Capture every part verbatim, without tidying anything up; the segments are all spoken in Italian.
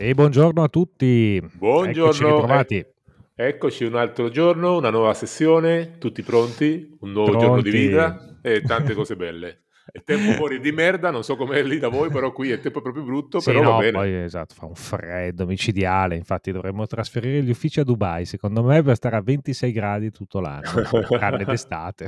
E buongiorno a tutti, eccoci Buongiorno, e- ritrovati, eccoci un altro giorno, una nuova sessione, tutti pronti, un nuovo giorno di pronti. vita e tante cose belle. Il tempo fuori è di merda, non so com'è lì da voi, però qui il tempo è proprio brutto, Sì, però va no, bene. poi esatto, fa un freddo micidiale, infatti dovremmo trasferire gli uffici a Dubai, secondo me per stare a ventisei gradi tutto l'anno, tranne d'estate.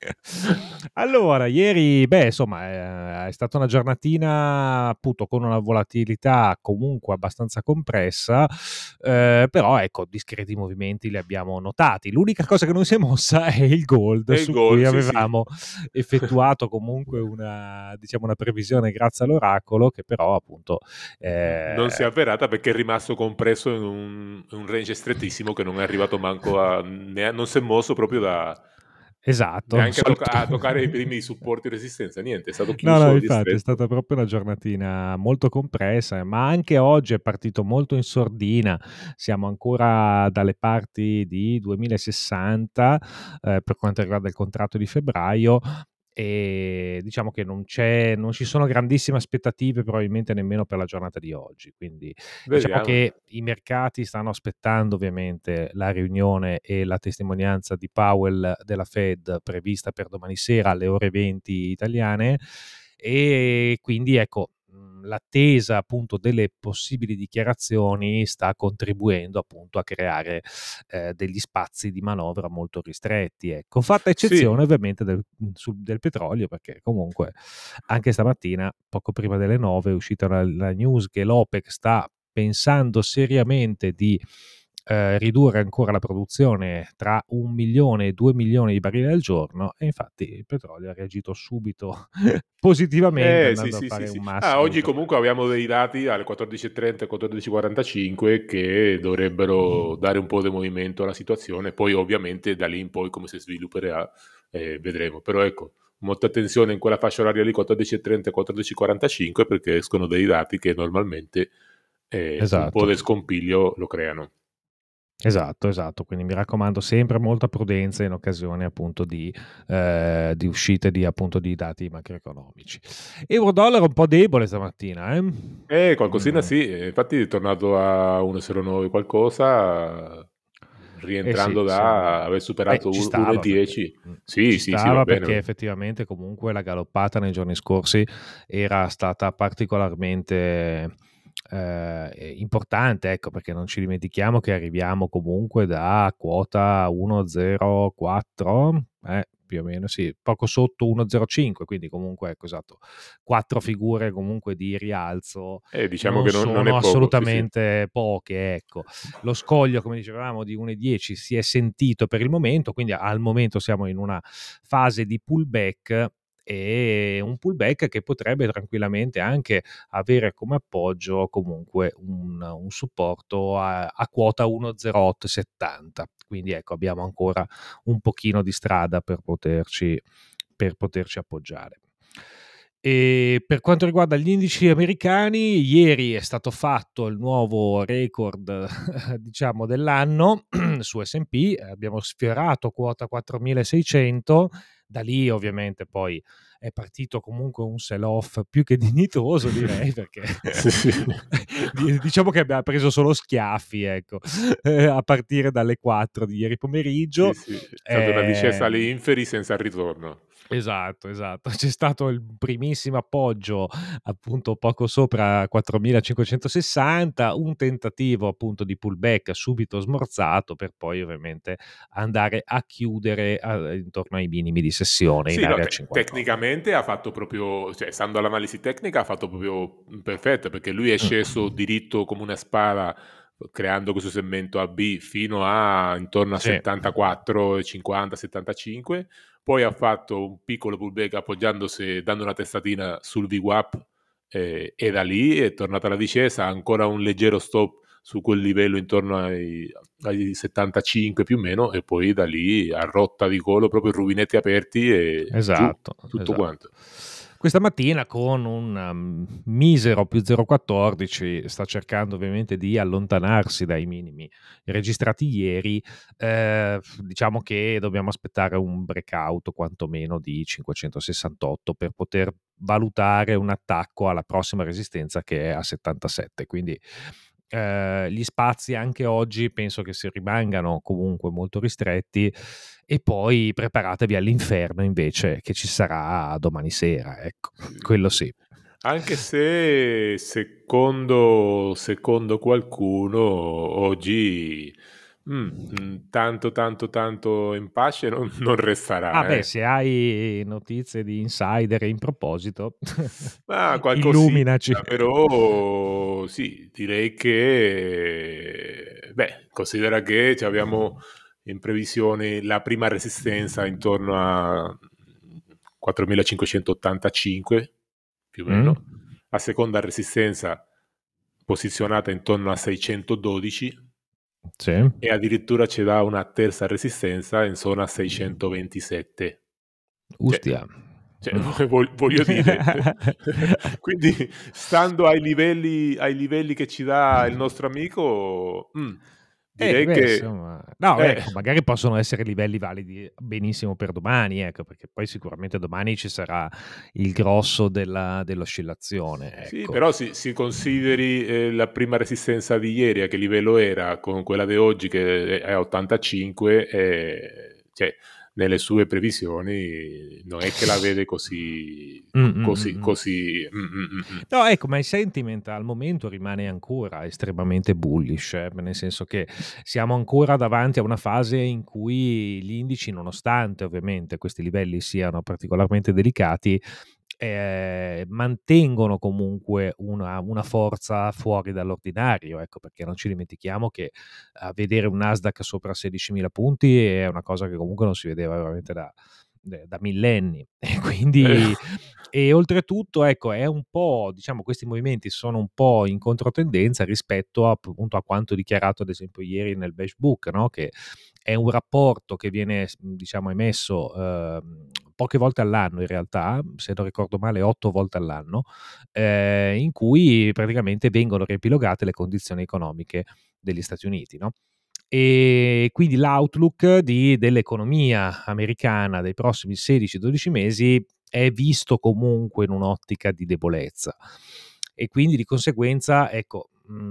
Allora, ieri, beh, insomma, è, è stata una giornatina appunto con una volatilità comunque abbastanza compressa, eh, però ecco, discreti movimenti li abbiamo notati. L'unica cosa che non si è mossa è il gold, E il su cui gol, sì sì. avevamo effettuato comunque una, diciamo, una previsione grazie all'oracolo che però appunto Non si è eh, avverata perché è rimasto compresso in un, in un range strettissimo che non è arrivato manco a... ne- non si è mosso proprio da... esatto, neanche a, tocca- solito. a toccare i primi supporti di resistenza, niente, è stato No, no, chiuso di infatti è stretto. stata proprio una giornatina molto compressa, ma anche oggi è partito molto in sordina. Siamo ancora dalle parti di duemilasessanta eh, per quanto riguarda il contratto di febbraio e diciamo che non c'è, non ci sono grandissime aspettative probabilmente nemmeno per la giornata di oggi. Quindi diciamo Vediamo. che i mercati stanno aspettando ovviamente la riunione e la testimonianza di Powell della Fed prevista per domani sera alle ore venti italiane e quindi ecco mh, l'attesa appunto delle possibili dichiarazioni sta contribuendo appunto a creare eh, degli spazi di manovra molto ristretti, ecco, fatta eccezione Sì, ovviamente del, sul- del petrolio perché comunque anche stamattina poco prima delle nove è uscita la, la news che l'OPEC sta pensando seriamente di eh, ridurre ancora la produzione tra un milione e due milioni di barili al giorno e infatti il petrolio ha reagito subito positivamente eh, sì, andando a sì, sì, fare un sì. Ah, massimo oggi ultra. comunque abbiamo dei dati alle quattordici e trenta e quattordici e quarantacinque che dovrebbero dare un po' di movimento alla situazione, poi ovviamente da lì in poi come si svilupperà eh, vedremo, però ecco, molta attenzione in quella fascia oraria lì quattordici e trenta e quattordici e quarantacinque perché escono dei dati che normalmente eh, un po' Esatto. di scompiglio lo creano. Esatto, esatto, quindi mi raccomando sempre molta prudenza in occasione appunto di, eh, di uscite di, appunto, di dati macroeconomici. Euro-dollaro un po' debole stamattina, eh? Eh, qualcosina Mm. sì, eh, infatti è tornato a uno virgola zero nove qualcosa, Eh sì, rientrando da siamo aver beh, superato ci u- stava perché uno virgola dieci. mh, Sì, ci sì, sì, va stava bene. perché effettivamente comunque la galoppata nei giorni scorsi era stata particolarmente, ehm, importante, ecco, perché non ci dimentichiamo che arriviamo comunque da quota uno virgola zero quattro, eh, più o meno sì, poco sotto uno virgola zero cinque, quindi comunque ecco, esatto, quattro figure comunque di rialzo Eh, diciamo non che non, non è sono poco, sì, sì. assolutamente poche, ecco. Lo scoglio, come dicevamo, di uno virgola dieci si è sentito per il momento, quindi al momento siamo in una fase di pullback e un pullback che potrebbe tranquillamente anche avere come appoggio comunque un, un supporto a, a quota uno virgola zero otto settanta. Quindi ecco, abbiamo ancora un pochino di strada per poterci, per poterci appoggiare. E per quanto riguarda gli indici americani, ieri è stato fatto il nuovo record, diciamo, dell'anno su S and P, abbiamo sfiorato quota quattromilaseicento, da lì ovviamente poi è partito comunque un sell-off più che dignitoso direi perché Sì, sì. diciamo che abbiamo preso solo schiaffi ecco a partire dalle quattro di ieri Sì, pomeriggio. sì, è stata una discesa alle ehm inferi senza ritorno. Esatto, esatto. C'è stato il primissimo appoggio appunto poco sopra quattromilacinquecentosessanta, un tentativo appunto di pullback subito smorzato per poi ovviamente andare a chiudere a intorno ai minimi di sessione in Sì, no, area te- cinquantotto. tecnicamente ha fatto proprio, cioè, stando all'analisi tecnica, ha fatto proprio perfetto perché lui è Mh. sceso diritto come una spada, creando questo segmento A B fino a intorno a Sì, settantaquattro, cinquanta, settantacinque. Poi ha fatto un piccolo pullback appoggiandosi, dando una testatina sul V WAP eh, e da lì è tornata la discesa, ancora un leggero stop su quel livello intorno ai, ai settantacinque più o meno e poi da lì a rotta di collo proprio rubinetti aperti e giù esatto, tutto esatto. quanto. Questa mattina con un um, misero più zero virgola quattordici sta cercando ovviamente di allontanarsi dai minimi registrati ieri, eh, diciamo che dobbiamo aspettare un breakout quantomeno di cinquecentosessantotto per poter valutare un attacco alla prossima resistenza che è a settantasette, quindi eh, gli spazi anche oggi penso che si rimangano comunque molto ristretti, e poi preparatevi all'inferno invece che ci sarà domani sera, ecco, quello sì. Anche se secondo, secondo qualcuno oggi mm, mm, tanto tanto tanto in pace non, non Ah resterà, beh, eh. se hai notizie di insider in proposito, Ma qualcosina, illuminaci. però sì, direi che, beh, considera che ci abbiamo in previsione la prima resistenza intorno a quattromilacinquecentottantacinque, più o Mm? meno, la seconda resistenza posizionata intorno a seicentododici Sì. e addirittura ci dà una terza resistenza in zona seicentoventisette. Cioè, Ustia. cioè, Mm. voglio voglio dire, quindi stando ai livelli, ai livelli che ci dà il nostro amico, mm, Eh direi beh, che insomma, no, eh, ecco, magari possono essere livelli validi benissimo per domani, ecco, perché poi sicuramente domani ci sarà il grosso della dell'oscillazione, sì, ecco. però si, si consideri eh, la prima resistenza di ieri a che livello era con quella di oggi che è a ottantacinque, eh, cioè nelle sue previsioni non è che la vede così, Mh, mh, così, mh, mh. così. mm, mm, mm, mm. No, ecco, ma il sentiment al momento rimane ancora estremamente bullish, eh, nel senso che siamo ancora davanti a una fase in cui gli indici, nonostante ovviamente questi livelli siano particolarmente delicati, ehm, mantengono comunque una una forza fuori dall'ordinario, ecco, perché non ci dimentichiamo che a vedere un Nasdaq sopra sedicimila punti è una cosa che comunque non si vedeva veramente da de da millenni e Eh, quindi e oltretutto, ecco, è un po', diciamo, questi movimenti sono un po' in controtendenza rispetto a, appunto, a quanto dichiarato ad esempio ieri nel Beige Book, no, che è un rapporto che viene, s diciamo, emesso, ehm, poche volte all'anno in realtà, se non ricordo male otto volte all'anno, ehm, in cui praticamente vengono riepilogate le condizioni economiche degli Stati Uniti, no, e quindi l'outlook di dell'economia americana dei prossimi sedici dodici mesi è visto comunque in un'ottica di debolezza. E quindi di conseguenza, ecco,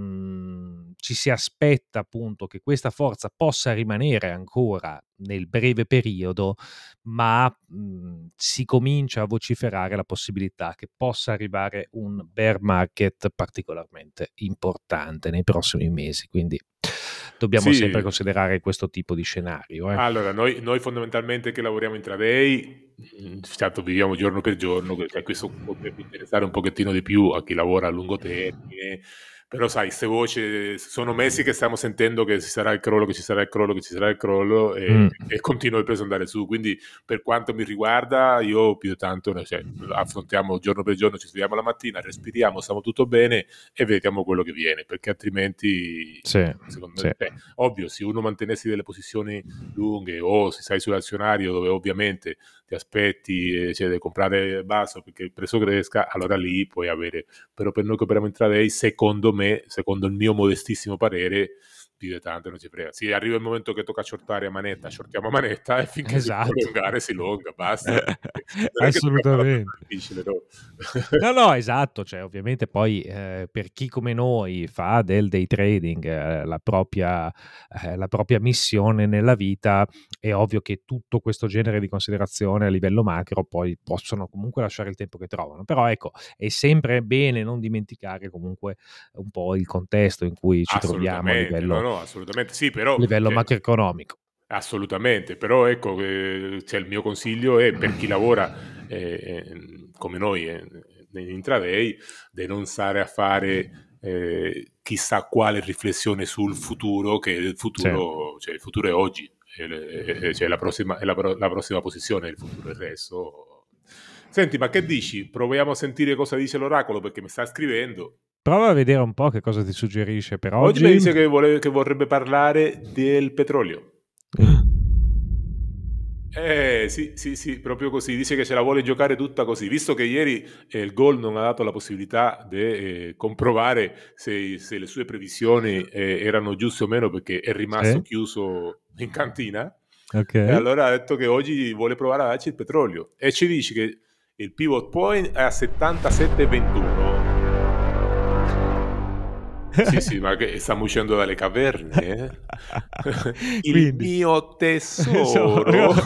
mhmm, ci si aspetta appunto che questa forza possa rimanere ancora nel breve periodo, ma, mhmm, si comincia a vociferare la possibilità che possa arrivare un bear market particolarmente importante nei prossimi mesi. Quindi dobbiamo sempre sì, considerare questo tipo di scenario, eh. allora noi, noi fondamentalmente che lavoriamo intraday, mm, certo viviamo giorno per giorno, perché questo potrebbe interessare un pochettino di più a chi lavora a lungo termine, però sai, queste voci sono mesi che stiamo sentendo che ci sarà il crollo, che ci sarà il crollo, che ci sarà il crollo e, Mh. e continua il peso ad andare su, quindi per quanto mi riguarda io più di tanto, cioè, affrontiamo giorno per giorno, ci svegliamo la mattina, respiriamo, stiamo tutto bene e vediamo quello che viene, perché altrimenti Sì, secondo sì. me, beh, ovvio, se uno mantenesse delle posizioni lunghe o se sei sull'azionario dove ovviamente ti aspetti, eh, cioè devi comprare basso perché il prezzo cresca, allora lì puoi avere, però per noi che operiamo in intraday, secondo me, secondo il mio modestissimo parere, più di tanto non ci frega. Se arriva il momento che tocca shortare a manetta, shortiamo a manetta e finché si può Esatto. allungare si longa, basta. Non è che dobbiamo farla Assolutamente. tanto difficile, no? No, no, esatto, cioè ovviamente poi, ehm, per chi come noi fa del day trading, ehm, la propria ehm, la propria missione nella vita, è ovvio che tutto questo genere di considerazione a livello macro poi possono comunque lasciare il tempo che trovano. Però ecco, è sempre bene non dimenticare comunque un po' il contesto in cui ci troviamo a Assolutamente, no, livello no, assolutamente sì, però livello cioè, macroeconomico. assolutamente, però ecco, eh, cioè, il mio consiglio è per chi lavora eh, eh, come noi eh, in intraday, di non stare a fare eh, chissà quale riflessione sul futuro, che il Sì. futuro, cioè, il futuro è oggi, è, è- cioè, la, prossima, è la, pro- la prossima posizione, il futuro è il resto. Senti, ma che dici? Proviamo a sentire cosa dice l'oracolo perché mi sta scrivendo. Prova a vedere un po' che cosa ti suggerisce per Oggi mi oggi. dice che, vuole- che vorrebbe parlare del petrolio. Eh sì, sì, sì, proprio così. Dice che ce la vuole giocare tutta così. Visto che ieri eh, il gol non ha dato la possibilità di eh, comprovare se, se le sue previsioni eh, erano giuste o meno perché è rimasto Sì, chiuso in cantina, e okay. allora ha detto che oggi vuole provare a darci il petrolio. E ci dice che il pivot point è a settantasette virgola ventuno. Sì, sì, ma che stiamo uscendo dalle caverne? eh? Il Quindi mio tesoro. tesoro.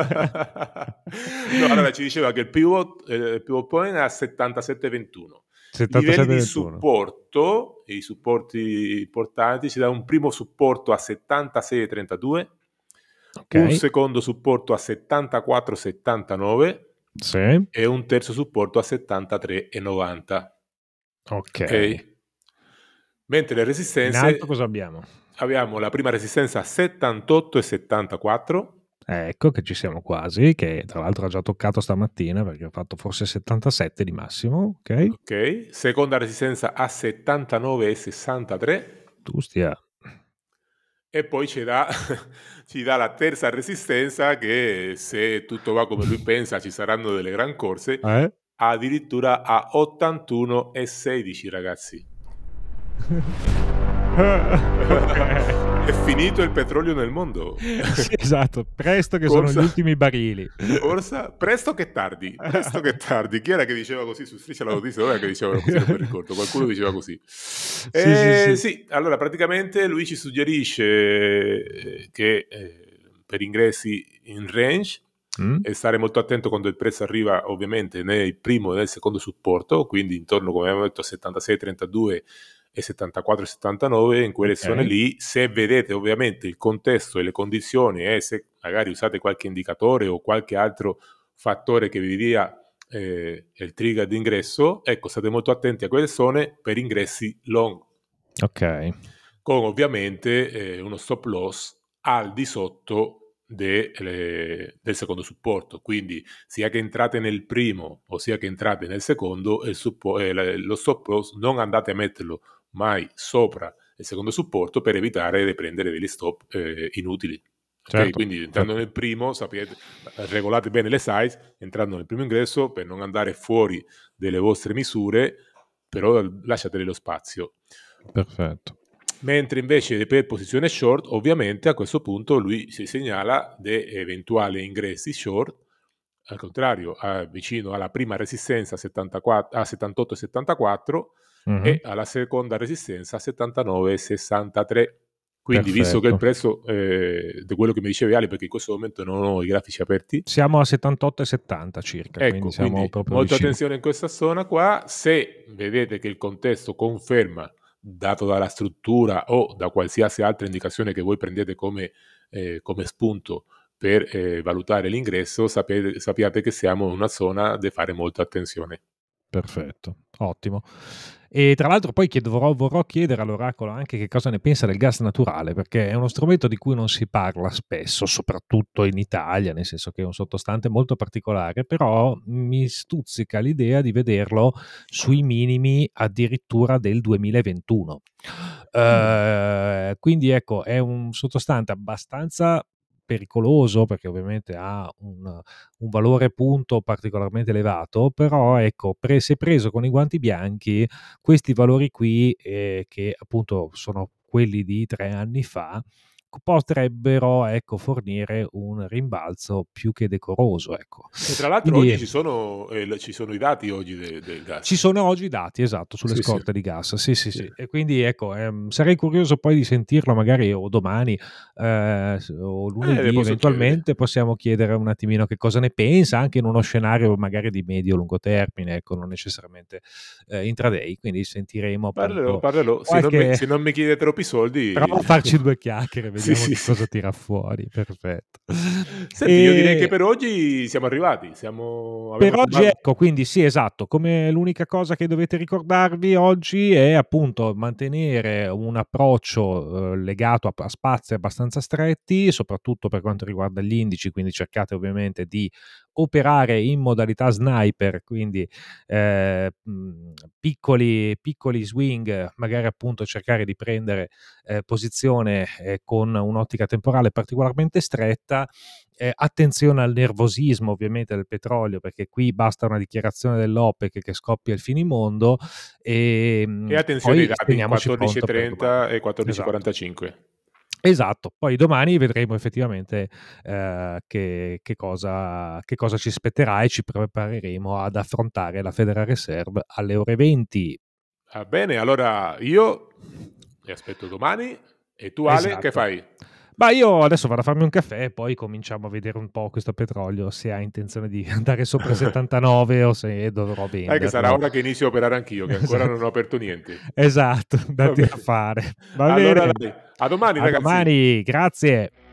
No, allora ci diceva che il pivot, ehm, il pivot point è a settantasette ventuno. Livelli settantasette di ventuno. supporto, i supporti importanti, ci dà un primo supporto a settantasei trentadue, un Ok. secondo supporto a settantaquattro settantanove Sì. e un terzo supporto a settantatré e novanta. Ok. Ok? Mentre le In alto resistenze, cosa abbiamo? abbiamo la prima resistenza a settantotto e settantaquattro, Ecco che ci siamo quasi, che tra l'altro ho già toccato stamattina perché ho fatto forse settantasette di massimo, ok? ok? Seconda resistenza a settantanove e sessantatré Tu stia. e poi ci dà, ci dà la terza resistenza che, se tutto va come lui pensa, ci saranno delle gran corse, Eh? addirittura a ottantuno e sedici, ragazzi. Ok. È finito il petrolio nel mondo. Sì, esatto, presto che sono gli Corsa, ultimi barili. corsa, presto che tardi, presto che tardi. Chi era che diceva così su Striscia la Notizia? Dov'è che diceva così? Non mi ricordo, qualcuno diceva così. Sì, sì, Eh, sì. sì, allora praticamente lui ci suggerisce eh, che eh, per ingressi in range Mm? e stare molto attento quando il prezzo arriva ovviamente nel primo e nel secondo supporto, quindi intorno, come abbiamo detto, a settantasei trentadue e settantaquattro settantanove, in quelle zone Ok, lì, se vedete ovviamente il contesto e le condizioni e se magari usate qualche indicatore o qualche altro fattore che vi dia eh, il trigger di ingresso, ecco, state molto attenti a quelle zone per ingressi long, ok, con ovviamente eh, uno stop loss al di sotto de, le, del secondo supporto, quindi sia che entrate nel primo o sia che entrate nel secondo, il suppo, eh, lo stop loss non andate a metterlo mai sopra il secondo supporto per evitare di prendere degli stop eh, inutili. Ok, certo, quindi entrando certo. nel primo, sapete, regolate bene le size, entrando nel primo ingresso per non andare fuori delle vostre misure, però lasciatele lo spazio. Perfetto. Mentre invece per posizione short, ovviamente a questo punto lui si segnala di eventuali ingressi short, al contrario, a, vicino alla prima resistenza a, settantaquattro, a settantotto e settantaquattro Mhm. e alla seconda resistenza a settantanove e sessantatré. Quindi, visto che il Perfetto. prezzo, eh, di quello che mi dicevi Ale, perché in questo momento non ho i grafici aperti, Siamo a settantotto e settanta circa, quindi ecco, siamo quindi proprio molta vicini. attenzione in questa zona qua. Se vedete che il contesto conferma, dato dalla struttura o da qualsiasi altra indicazione che voi prendete come, eh, come spunto per eh, valutare l'ingresso, sapete, sappiate che siamo in una zona da fare molta attenzione. Perfetto, ottimo. E tra l'altro poi chied vorrò vorrò chiedere all'oracolo anche che cosa ne pensa del gas naturale, perché è uno strumento di cui non si parla spesso, soprattutto in Italia, nel senso che è un sottostante molto particolare, però mi stuzzica l'idea di vederlo sui minimi addirittura del duemilaventuno. Mm. Ehm, quindi ecco, è un sottostante abbastanza pericoloso, perché ovviamente ha un un valore punto particolarmente elevato, però ecco, pre se preso con i guanti bianchi, questi valori qui, ehm, che appunto sono quelli di tre anni fa, c potrebbero, ecco, fornire un rimbalzo più che decoroso, ecco. E tra l'altro Quindi oggi ci sono, eh, l- ci sono i dati oggi de- del ci gas. sono oggi i dati, esatto, sulle Sì, sì. scorte di gas. Sì, sì, Sì. sì. E quindi ecco, ehm, sarei curioso poi di sentirlo magari o domani, ehm, s o Eh, le lunedì posso chiedere. eventualmente, possiamo chiedere un attimino che cosa ne pensa, anche in uno scenario magari di medio-lungo termine, ecco, non necessariamente, ehm, intraday. Quindi sentiremo Parlerò, appunto parlerò. Se non mi, qualche se non mi chiede troppi soldi, prova a farci due chiacchiere, sì, vediamo sì, che sì. cosa tira fuori. Perfetto. Senti, io direi che E per oggi siamo arrivati. Siamo, Per abbiamo oggi sommato. ecco, quindi sì, esatto, come l'unica cosa che dovete ricordarvi oggi è appunto mantenere un approccio, uhm, legato a p a spazi abbastanza stretti, soprattutto per quanto riguarda gli indici, quindi cercate ovviamente di operare in modalità sniper, quindi, ehm, mhmm, piccoli piccoli swing, magari appunto cercare di prendere, ehm, posizione, ehm, con un'ottica temporale particolarmente stretta. Eh, attenzione al nervosismo ovviamente del petrolio, perché qui basta una dichiarazione dell'OPEC che scoppia il finimondo e, E mh, attenzione ai poi dati, teniamoci quattordici e pronto per domani. trenta e Esatto. quattordici e quarantacinque. Esatto, poi domani vedremo effettivamente eh, che, che cosa, che cosa ci aspetterà e ci prepareremo ad affrontare la Federal Reserve alle ore venti. Va bene, allora io E aspetto domani. E tu Ale, Esatto. che fai? Ma io adesso vado a farmi un caffè e poi cominciamo a vedere un po' questo petrolio, se ha intenzione di andare sopra i settantanove o se dovrò Dai che sarà venderlo. ora che inizio a operare anch'io, che ancora Esatto. non ho aperto niente. Esatto, Va datti da bene. fare. Va Allora bene. dai, a domani A ragazzi. domani, grazie.